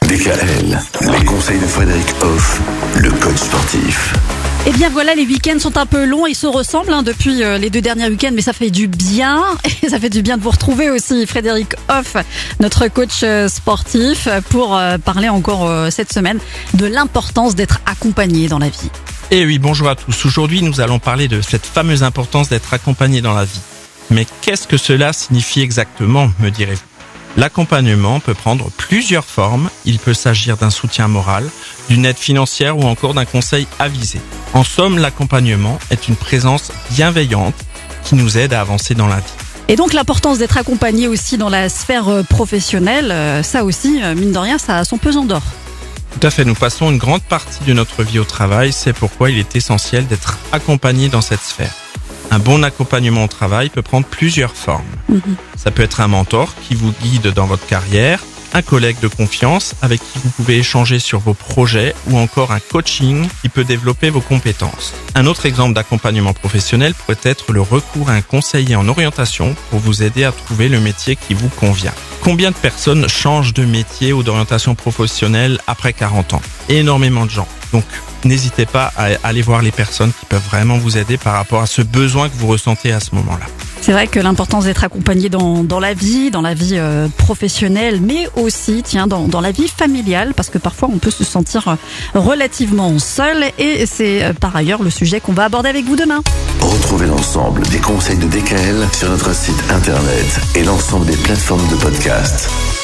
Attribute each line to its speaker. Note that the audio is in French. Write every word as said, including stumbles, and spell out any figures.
Speaker 1: D K L, les conseils de Frédéric Hoff, le coach sportif.
Speaker 2: Eh bien voilà, les week-ends sont un peu longs, ils se ressemblent hein, depuis euh, les deux derniers week-ends, mais ça fait du bien. Et ça fait du bien de vous retrouver aussi, Frédéric Hoff, notre coach euh, sportif, pour euh, parler encore euh, cette semaine de l'importance d'être accompagné dans la vie.
Speaker 3: Et oui, bonjour à tous. Aujourd'hui, nous allons parler de cette fameuse importance d'être accompagné dans la vie. Mais qu'est-ce que cela signifie exactement, me direz-vous ? L'accompagnement peut prendre plusieurs formes. Il peut s'agir d'un soutien moral, d'une aide financière ou encore d'un conseil avisé. En somme, l'accompagnement est une présence bienveillante qui nous aide à avancer dans la vie.
Speaker 2: Et donc l'importance d'être accompagné aussi dans la sphère euh, professionnelle, euh, ça aussi, euh, mine de rien, ça a son pesant d'or.
Speaker 3: Tout à fait, nous passons une grande partie de notre vie au travail, c'est pourquoi il est essentiel d'être accompagné dans cette sphère. Un bon accompagnement au travail peut prendre plusieurs formes. Mmh. Ça peut être un mentor qui vous guide dans votre carrière, un collègue de confiance avec qui vous pouvez échanger sur vos projets ou encore un coaching qui peut développer vos compétences. Un autre exemple d'accompagnement professionnel pourrait être le recours à un conseiller en orientation pour vous aider à trouver le métier qui vous convient. Combien de personnes changent de métier ou d'orientation professionnelle après quarante ans ? Énormément de gens. Donc, n'hésitez pas à aller voir les personnes qui peuvent vraiment vous aider par rapport à ce besoin que vous ressentez à ce moment-là.
Speaker 2: C'est vrai que l'importance d'être accompagné dans, dans la vie, dans la vie euh, professionnelle, mais aussi tiens, dans, dans la vie familiale, parce que parfois on peut se sentir relativement seul, et c'est euh, par ailleurs le sujet qu'on va aborder avec vous demain.
Speaker 1: Retrouvez l'ensemble des conseils de D K L sur notre site internet et l'ensemble des plateformes de podcast.